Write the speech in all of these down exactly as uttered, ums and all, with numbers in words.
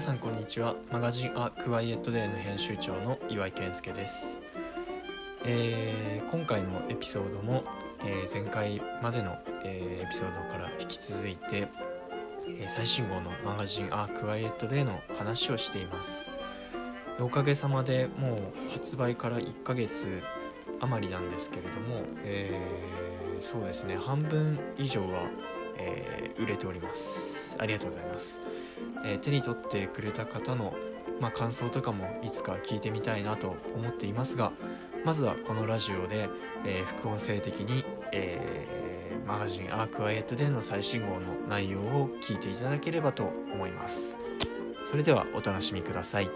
さんこんにちは。マガジンアクワイエットデーの編集長の岩井健介です。えー、今回のエピソードも、えー、前回までの、えー、エピソードから引き続いて、えー、最新号のマガジンアクワイエットデーの話をしています。おかげさまでもう発売からいっかげつ余りなんですけれども、えー、そうですね、半分以上は、えー、売れております。ありがとうございます。えー、手に取ってくれた方の、まあ、感想とかもいつか聞いてみたいなと思っていますが、まずはこのラジオで、えー、副音声的に、えー、マガジンアークワイエットデーの最新号の内容を聞いていただければと思います。それではお楽しみください。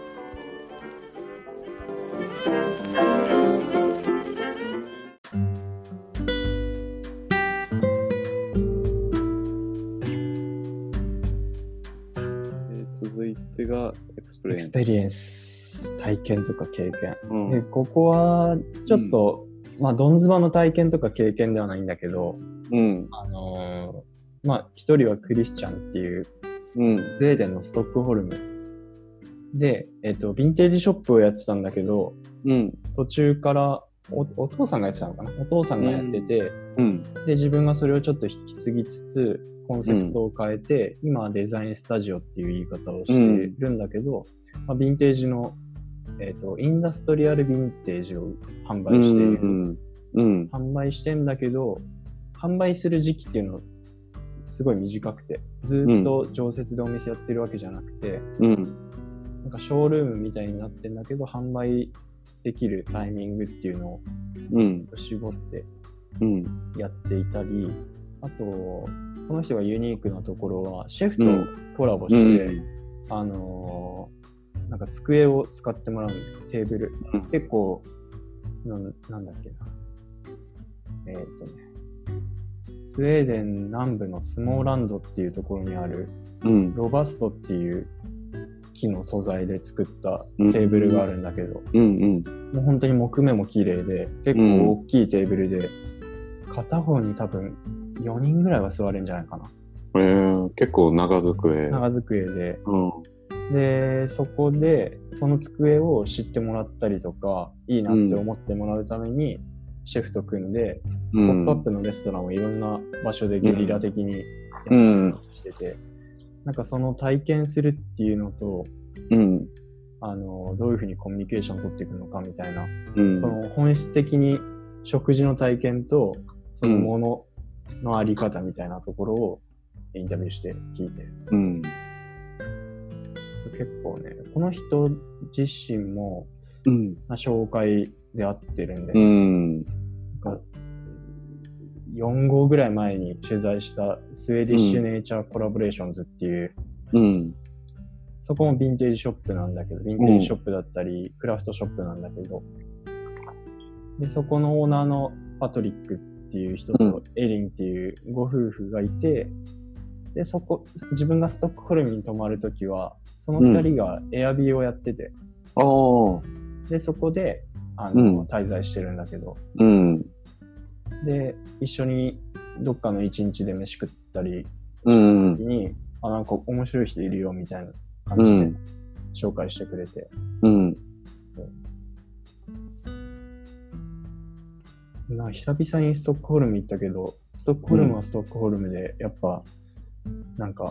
続いてがエクスペリエンス。 エクスペリエンス。体験とか経験。 うん、 でここは、ちょっと、うん、まあ、ドンズバの体験とか経験ではないんだけど、 うん、 あのー、まあ、一人はクリスチャンっていう、 うん、 スウェーデンのストックホルムで、えっと、ヴィンテージショップをやってたんだけど、 うん、 途中からお、お父さんがやってたのかなお父さんがやってて、 うん、 で、自分がそれをちょっと引き継ぎつつ、コンセプトを変えて、うん、今はデザインスタジオっていう言い方をしてるんだけど、うんまあ、ヴィンテージの、えっと、インダストリアルヴィンテージを販売している。 うんうん、 販売してんだけど、販売する時期っていうのすごい短くて、ずっと常設でお店やってるわけじゃなくて、 うん、 なんかショールームみたいになってんだけど、販売できるタイミングっていうのを絞ってやっていたり、うん、あと、この人がユニークなところは、シェフとコラボして、うん、あのー、なんか机を使ってもらうテーブル。うん、結構な、なんだっけな。えっとね、スウェーデン南部のスモーランドっていうところにある、うん、ロバストっていう木の素材で作ったテーブルがあるんだけど、うんうん、もう本当に木目も綺麗で、結構大きいテーブルで、片方に多分よにんぐらいは座れるんじゃないかな。 えー、結構長机。 長机で、うん。で、そこで、その机を知ってもらったりとか、いいなって思ってもらうために、シェフと組んで、うん、ポップアップのレストランをいろんな場所でゲリラ的にやってて、うん、なんかその体験するっていうのと、うん、あの、どういうふうにコミュニケーションを取っていくのかみたいな、うん、その本質的に食事の体験と、そのもののあり方みたいなところをインタビューして聞いて、うん、結構ね、この人自身も、うん、紹介で会ってるんで、うん、なんかよん号ぐらい前に取材したスウェーディッシュネイチャーコラボレーションズっていう、うん、そこもヴィンテージショップなんだけど、ヴィンテージショップだったり、クラフトショップなんだけど、で、そこのオーナーのパトリックっていう人とエリンっていうご夫婦がいて、で、そこ、自分がストックホルムに泊まるときは、その二人がエアビーをやってて、うん、で、そこで、あの、うん、滞在してるんだけど、うん、で、一緒にどっかの一日で飯食ったりしたときに、うん、あ、なんか面白い人いるよみたいな感じで紹介してくれて、うんな久々にストックホルム行ったけど、ストックホルムはストックホルムで、やっぱ、なんか、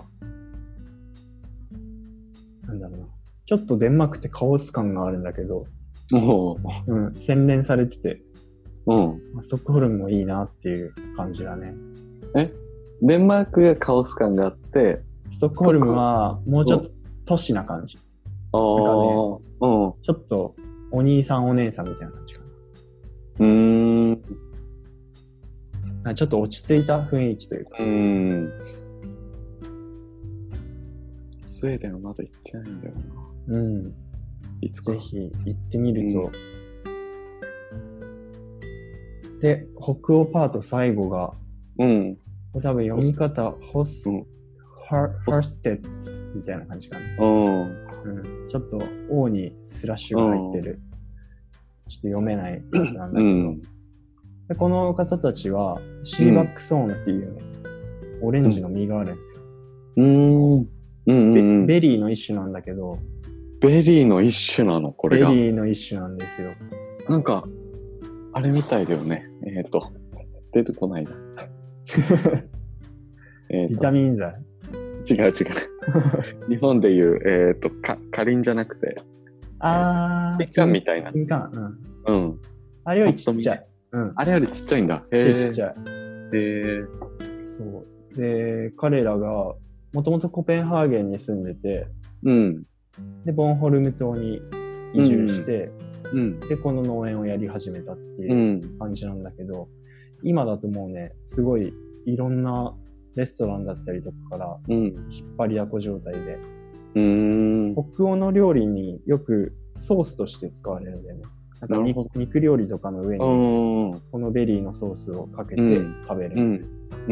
なんだろうな。ちょっとデンマークってカオス感があるんだけど、うん、洗練されてて、うん、ストックホルムもいいなっていう感じだね。 えデンマークがカオス感があって、 ストックホルムはもうちょっと都市な感じ。あなんかね、うん、ちょっとお兄さんお姉さんみたいな感じかな。うーん。ちょっと落ち着いた雰囲気というか。うーん。 スウェーデンはまだ行ってないんだよな。うん。いつか。ぜひ行ってみると。うん、で、北欧パート最後が、うん。多分読み方、ホス、うん、ハーステッツみたいな感じかな。うん。うん。ちょっと、王にスラッシュが入ってる。ちょっと読めないやつなんだけど。うんでこの方たちは、シーバックソーンっていうね、うん、オレンジの実があるんですよ。うーん。 うんうんうん、 ベ, ベリーの一種なんだけど。 ベリーの一種なのこれが。 ベリーの一種なんですよ。 なんか、あれみたいだよね。えっ、ー、と、出てこないな。 えビタミン剤違う違う。日本でいう、えっ、ー、と、か、かりんじゃなくて。 あー。 みかんみたいな。 みかん。うん。うん。あれよりちっちゃい。 うん。あれよりちっちゃいんだ。 へー。ちっちゃい。 へー。 そう。で、彼らが、もともとコペンハーゲンに住んでて、 うん。 で、ボンホルム島に移住して、 うん、 で、この農園をやり始めたっていう感じなんだけど、うん、今だともうね、すごいいろんなレストランだったりとかから引っ張りだこ状態で、 うん、 北欧の料理によくソースとして使われるんだよね。なんか 肉, 肉料理とかの上にこのベリーのソースをかけて食べる。 うんうん、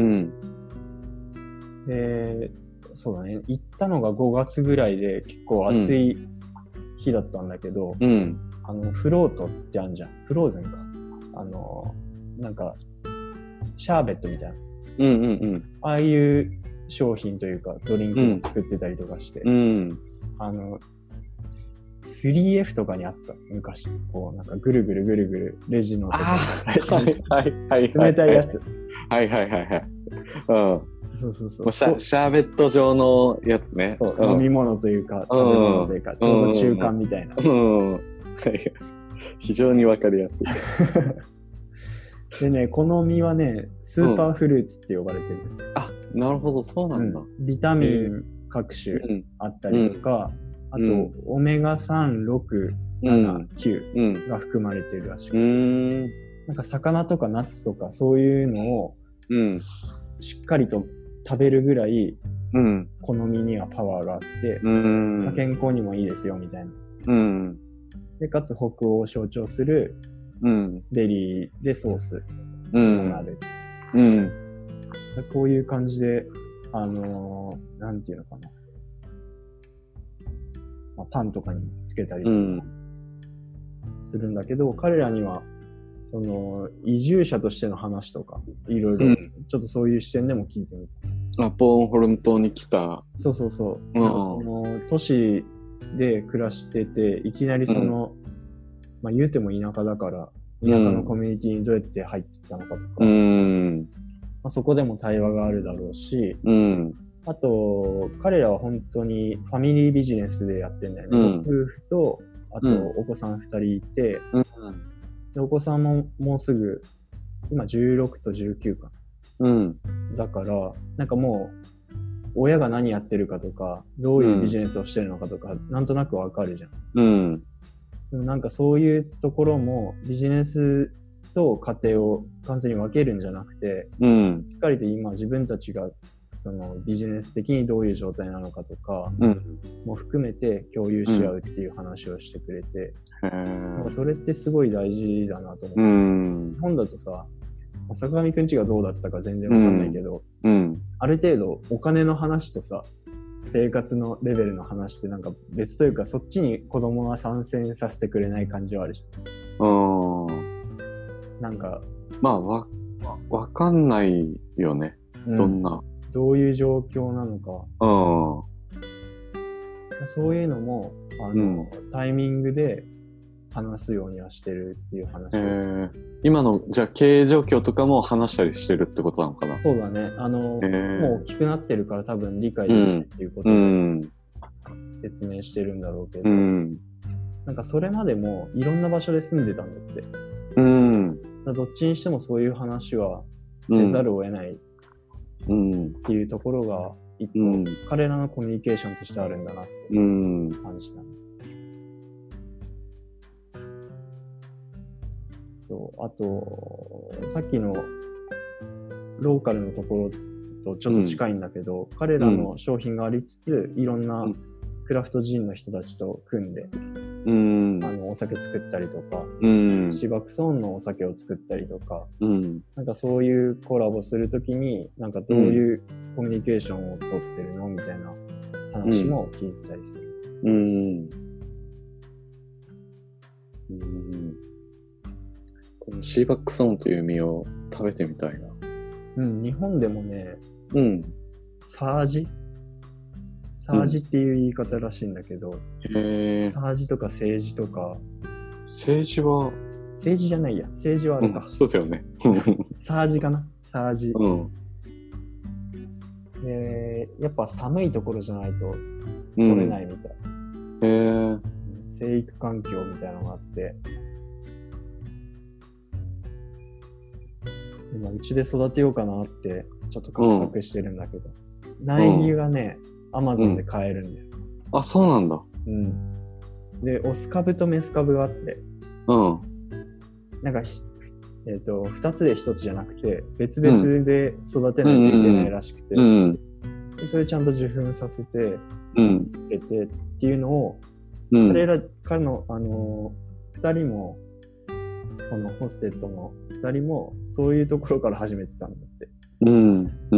で、そうだね。行ったのがごがつぐらいで結構暑い日だったんだけど、 うん、 あの、フロートってあるじゃん。フローズンか。あの、なんか、シャーベットみたいな。 うんうんうん。 ああいう商品というか、ドリンクを作ってたりとかして。 うん。 あの、スリーエフ とかにあった。昔。こう、なんかぐるぐるぐるぐるレジのとこに。はいはいはい。 冷たいやつ。 はいはいはいはい。うん。 そうそうそう。 シャ、シャーベット状のやつね。 そう、うん、飲み物というか、食べ物というか、うん、ちょうど中間みたいな。 うん。うん、非常にわかりやすい。 でね、この実はね、スーパーフルーツって呼ばれてるんですよ。 うん、あ、なるほど、そうなんだ。 うん、ビタミン各種あったりとか、うん、あと、オメガさん、ろく、なな、きゅうが含まれてるらしくて、うん、なんか魚とかナッツとかそういうのをしっかりと食べるぐらい、うん、この実にはパワーがあって、うんまあ、健康にもいいですよみたいな。うん、でかつ北欧を象徴するベリーでソースにもなる、うんうん、こういう感じで、あのー、なんていうのかな、まあ、パンとかにつけたりとかするんだけど、うん、彼らにはその移住者としての話とかいろいろちょっとそういう視点でも聞いてみた。 あ、ボーンホルム島に来た。 そうそうそう。うん、なんかその都市で暮らしてて、いきなりその、うん、まあ言うても田舎だから、田舎のコミュニティにどうやって入っていったのかとか、うんまあ、そこでも対話があるだろうし、うん、あと、彼らは本当にファミリービジネスでやってんだよね。うん、夫婦と、あとお子さんふたりいて、うん、でお子さんももうすぐ、今じゅうろくとじゅうきゅうかな。うん、だから、なんかもう、親が何やってるかとか、どういうビジネスをしてるのかとか、うん、なんとなくわかるじゃん。うん。でもなんかそういうところもビジネスと家庭を完全に分けるんじゃなくて、うん、しっかりと今自分たちがそのビジネス的にどういう状態なのかとかも含めて共有し合うっていう話をしてくれて、うん、なんかそれってすごい大事だなと思って、うん、日本だとさ、坂上くんちがどうだったか全然わかんないけど、うんうん、ある程度お金の話とさ、生活のレベルの話ってなんか別というか、そっちに子供は参戦させてくれない感じはあるじゃん。うん。なんか。 まあ、わ、わかんないよね。うん、どんな。 どういう状況なのか。うん。そういうのも、あの、うん、タイミングで話すようにはしてるっていう話を。 へー。今の、じゃあ経営状況とかも話したりしてるってことなのかな？ そうだね。あの、もう大きくなってるから多分理解できないっていうことで説明してるんだろうけど、うん、なんかそれまでもいろんな場所で住んでたんだって。うん、だどっちにしてもそういう話はせざるを得ないっていうところが一個、うん、彼らのコミュニケーションとしてあるんだなって感じたね。そう、あと、さっきのローカルのところとちょっと近いんだけど、うん、彼らの商品がありつつ、いろんなクラフトジンの人たちと組んで、うん、あのお酒作ったりとか、うん、シバクソーンのお酒を作ったりとか、うん、なんかそういうコラボするときに、なんかどういうコミュニケーションを取ってるのみたいな話も聞いてたりする。うんうんこのシーバックソーンという実を食べてみたいな。 うん、日本でもね、うん、サージサージっていう言い方らしいんだけど、 へえ。 サージとか政治とか、 政治は政治じゃないや、政治はあるか。 うん、そうだよね。 サージかな、サージ。 うん。 で、やっぱ寒いところじゃないと取れないみたい。 うん、へえ。 生育環境みたいなのがあって、今うちで育てようかなってちょっと画策してるんだけど、うん、苗木がね、アマゾンで買えるんだよ、 うん。あ、そうなんだ。 うん。で、オス株とメス株があって、 うん。 なんか、えっと、二つで一つじゃなくて、別々で育てないといけないらしくて、 うんうん、 でそれちゃんと受粉させて、 うん、 得てっていうのを、 うん、 彼ら、彼の、あのー、二人も、このホステッドの二人も、そういうところから始めてたんだって。 うん、うん。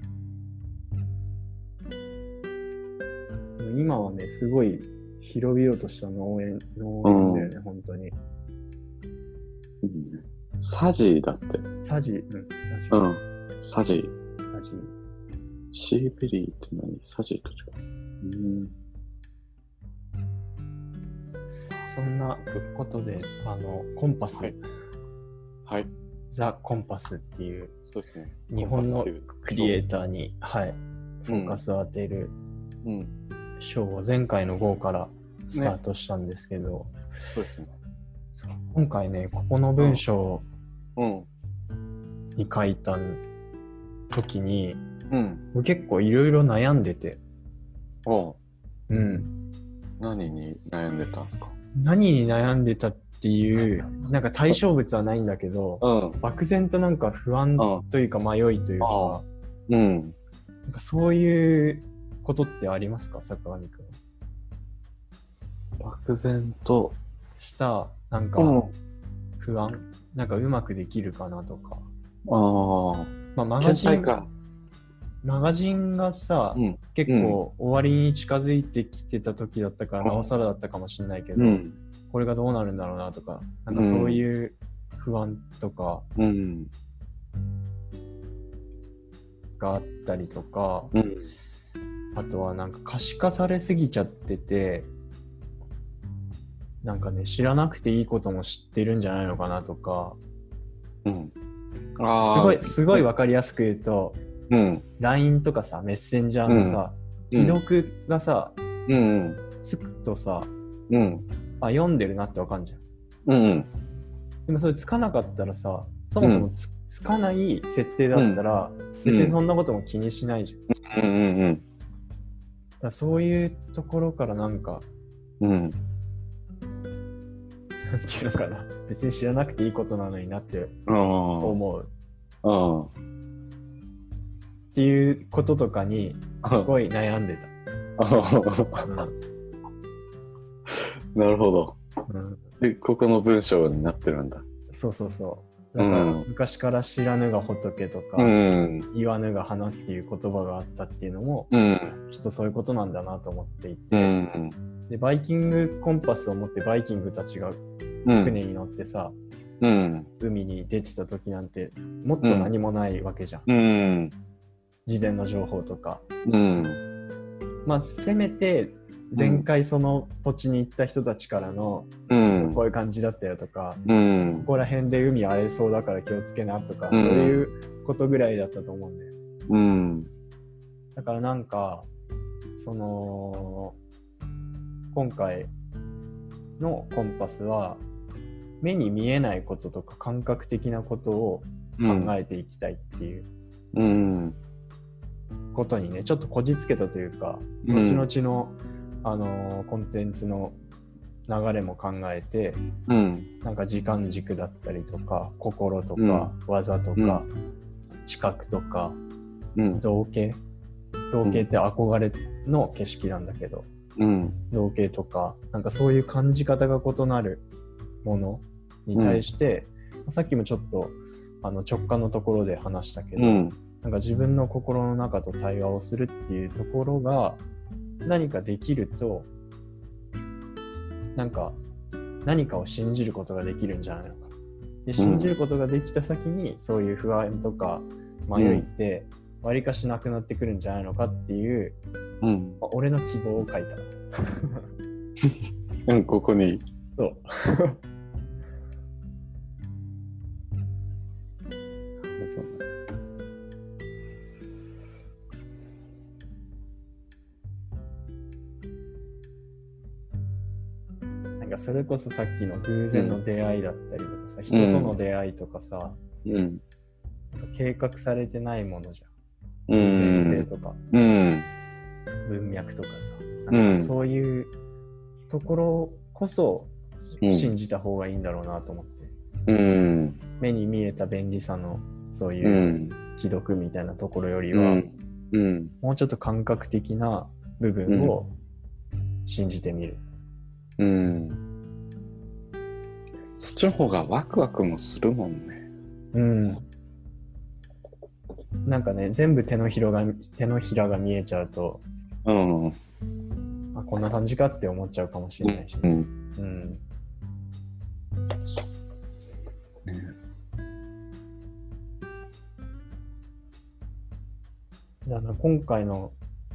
今はね、すごい広々とした農園、農園だよね、うん、本当に。 サジだって。 サジ、うん、サジ。 うん、サジ。 サジ。 シーベリーって何？サジと違う。うん。 そんなことで、あの、コンパス。 はい。はい、 ザ・コンパスっていう、 そうですね。 日本のクリエイターに、はい、フォーカスを当てるショーを前回の号からスタートしたんですけど、ね、 そうですね。 今回ね、ここの文章うん、 に書いた時に、 うん、 結構いろいろ悩んでて、 おうん、 何に悩んでたんですか？ 何に悩んでたっていう、なんか対象物はないんだけど、うん、漠然となんか不安というか迷いというか、 うん、 なんかそういうことってありますか、坂上くん？ 漠然としたなんか不安、うん、なんかうまくできるかなとか。 ああ、 まあマガジンか。マガジンがさ、うん、結構終わりに近づいてきてた時だったから、うん、なおさらだったかもしれないけど、うん、これがどうなるんだろうなとか、なんかそういう不安とかがあったりとか、うん、あとはなんか可視化されすぎちゃってて、なんかね、知らなくていいことも知ってるんじゃないのかなとか、 うん、 あすごいすごい分かりやすく言うと、うん、ライン とかさ、メッセンジャーのさ、うん、既読がさ、うん、つくとさ、うん、あ、読んでるなってわかんじゃん。うんうん、でもそれつかなかったらさ、そもそも つ,、うん、つかない設定だったら、うん、別にそんなことも気にしないじゃん。うんうんうん、だからそういうところからなんか、うん、なんていうのかな、別に知らなくていいことなのになって思う。ああっていうこととかにすごい悩んでた。うん、 なるほど、うん。で、ここの文章になってるんだ。 そうそうそう。だから昔から知らぬが仏とか、うん、言わぬが花っていう言葉があったっていうのも、うん、きっとそういうことなんだなと思っていて、うん、でバイキングコンパスを持ってバイキングたちが船に乗ってさ、うん、海に出てた時なんてもっと何もないわけじゃん。うんうん事前の情報とか、うん、まあせめて前回その土地に行った人たちからの、うん、こういう感じだったよとか、うん、ここら辺で海荒れそうだから気をつけなとか、うん、そういうことぐらいだったと思うんだよ、うん、だからなんかその今回のコンパスは目に見えないこととか感覚的なことを考えていきたいっていう、うんうんことにね、ちょっとこじつけたというか、後々の、うんあのー、コンテンツの流れも考えて、うん、なんか時間軸だったりとか心とか、うん、技とか、うん、知覚とか、うん、同型同型って憧れの景色なんだけど、うん、同型とかなんかそういう感じ方が異なるものに対して、うん、さっきもちょっとあの直感のところで話したけど、うんなんか自分の心の中と対話をするっていうところが何かできるとなんか何かを信じることができるんじゃないのかで信じることができた先にそういう不安とか迷いってわりかしなくなってくるんじゃないのかっていう、 うんまあ、俺の希望を書いた。うん、ここに。 そう。なんかそれこそさっきの偶然の出会いだったりとかさ、うん、人との出会いとかさ、 うん、 計画されてないものじゃん。 うん、 偶然性とか、 うん、 文脈とかさ、なんかそういうところこそ信じた方がいいんだろうなと思って、 うん、 目に見えた便利さのそういう既読みたいなところよりは、 うんうん、 もうちょっと感覚的な部分を信じてみる、 うん、そっちの方がワクワクもするもんね。 うん。なんかね、全部手のひらが手のひらが見えちゃうと、 うん、 あ、こんな感じかって思っちゃうかもしれないし、ね、 うんうん、ね。だから今回の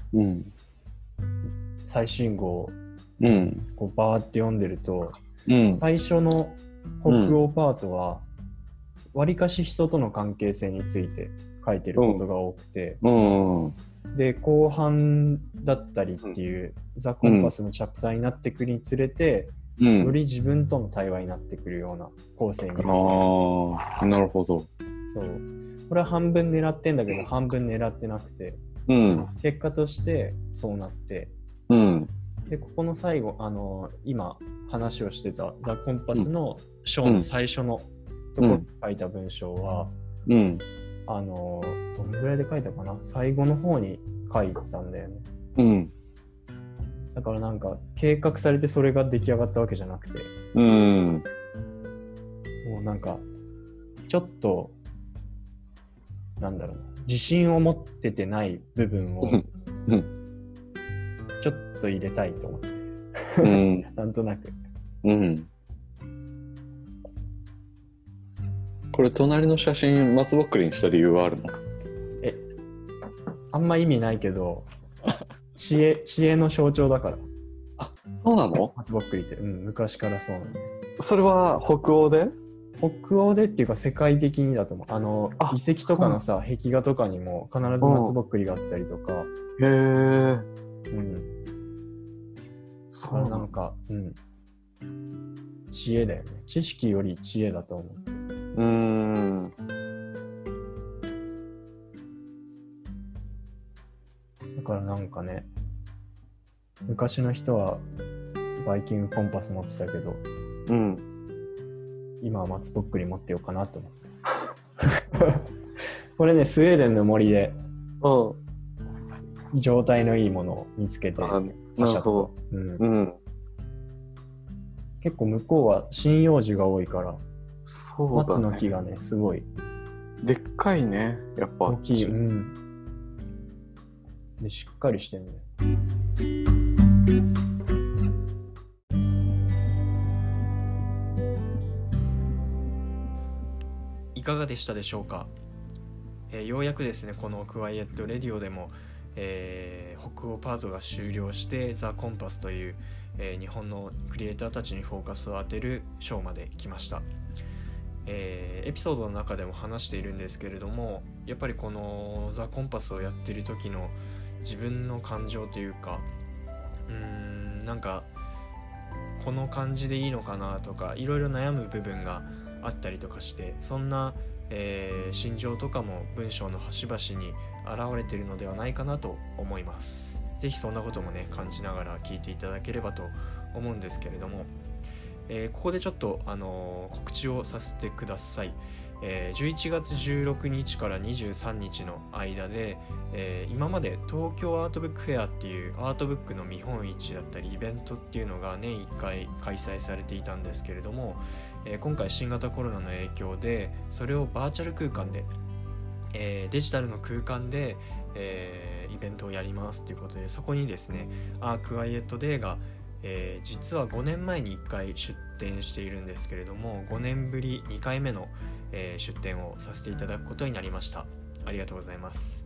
最新号、うん、こうバーって読んでると、うん、最初の北欧パートはわりかし人との関係性について書いてることが多くて、うんうん、で後半だったりっていう、うん、ザ・コンパスのチャプターになってくるにつれて、うん、より自分との対話になってくるような構成になってます。 ああ、なるほど。 そう、これは半分狙ってんだけど半分狙ってなくて、うん、結果としてそうなって、うん、でここの最後、あの今話をしてたザ・コンパスの章の最初のところに書いた文章は、うん、あのどのぐらいで書いたかな、最後の方に書いたんだよね、うん、だからなんか計画されてそれが出来上がったわけじゃなくて、うん、もうなんかちょっとなんだろうな、自信を持っててない部分をちょっと入れたいと思って、うん、なんとなく、うん、 これ隣の写真松ぼっくりにした理由はあるの？ え、あんま意味ないけど知恵、知恵の象徴だから。 あ、そうなの？ 松ぼっくりって、うん、昔からそうなんで。 それは北欧で？ 北欧でっていうか世界的にだと思う。あのあ遺跡とかのさ壁画とかにも必ず松ぼっくりがあったりとか。 へえ。うん。 だからなんか、うん。知恵だよね。知識より知恵だと思う。うーん。だからなんかね、昔の人はバイキングコンパス持ってたけど、うん。今は松ぼっくり持ってようかなと思ってこれね、スウェーデンの森で、うん、状態のいいものを見つけて、パシャッと、うんうん、結構向こうは針葉樹が多いから、そうだね、松の木がねすごいでっかいね、やっぱ大きい、うん、でしっかりしてんね。 いかがでしたでしょうか。えー、ようやくですね、このクワイエットレディオでも、えー、北欧パートが終了してザ・コンパスという、えー、日本のクリエイターたちにフォーカスを当てる章まで来ました。えー、エピソードの中でも話しているんですけれども、やっぱりこのザ・コンパスをやっている時の自分の感情というか、うーんなんかこの感じでいいのかなとか、いろいろ悩む部分があったりとかして、そんな、えー、心情とかも文章の端々に現れているのではないかなと思います。ぜひそんなこともね感じながら聞いていただければと思うんですけれども、えー、ここでちょっと、あのー、告知をさせてください。えー、じゅういちがつじゅうろくにちからにじゅうさんにちの間で、えー、今まで東京アートブックフェアっていうアートブックの見本市だったりイベントっていうのが年いっかい開催されていたんですけれども、えー、今回新型コロナの影響でそれをバーチャル空間で、えー、デジタルの空間で、えー、イベントをやりますということで、そこにですねアークワイエットデーが、えー、実はごねんまえにいっかい出展しているんですけれども、ごねんぶりにかいめの、えー、出展をさせていただくことになりました。ありがとうございます。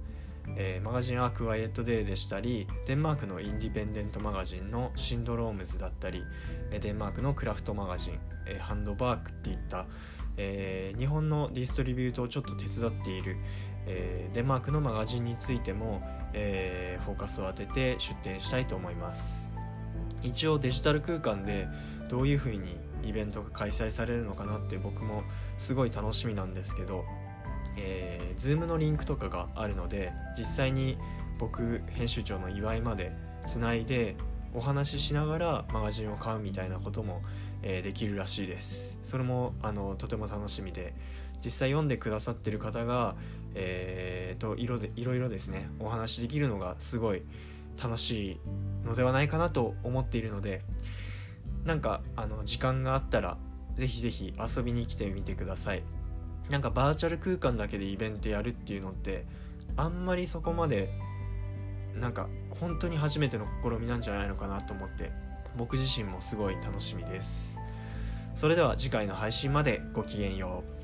えー、マガジンアークワイエットデーでしたり、デンマークのインディペンデントマガジンのシンドロームズだったり、デンマークのクラフトマガジン、えー、ハンドバークっていった、えー、日本のディストリビュートをちょっと手伝っている、えー、デンマークのマガジンについても、えー、フォーカスを当てて出展したいと思います。一応デジタル空間でどういう風にイベントが開催されるのかなって僕もすごい楽しみなんですけど、えー、Zoom のリンクとかがあるので、実際に僕編集長の岩井までつないでお話ししながらマガジンを買うみたいなことも、えー、できるらしいです。それもあのとても楽しみで、実際読んでくださってる方が、えー、といろでいろいろですねお話できるのがすごい楽しいのではないかなと思っているので、なんかあの時間があったらぜひぜひ遊びに来てみてください。なんかバーチャル空間だけでイベントやるっていうのってあんまりそこまでなんか本当に初めての試みなんじゃないのかなと思って、僕自身もすごい楽しみです。それでは次回の配信までごきげんよう。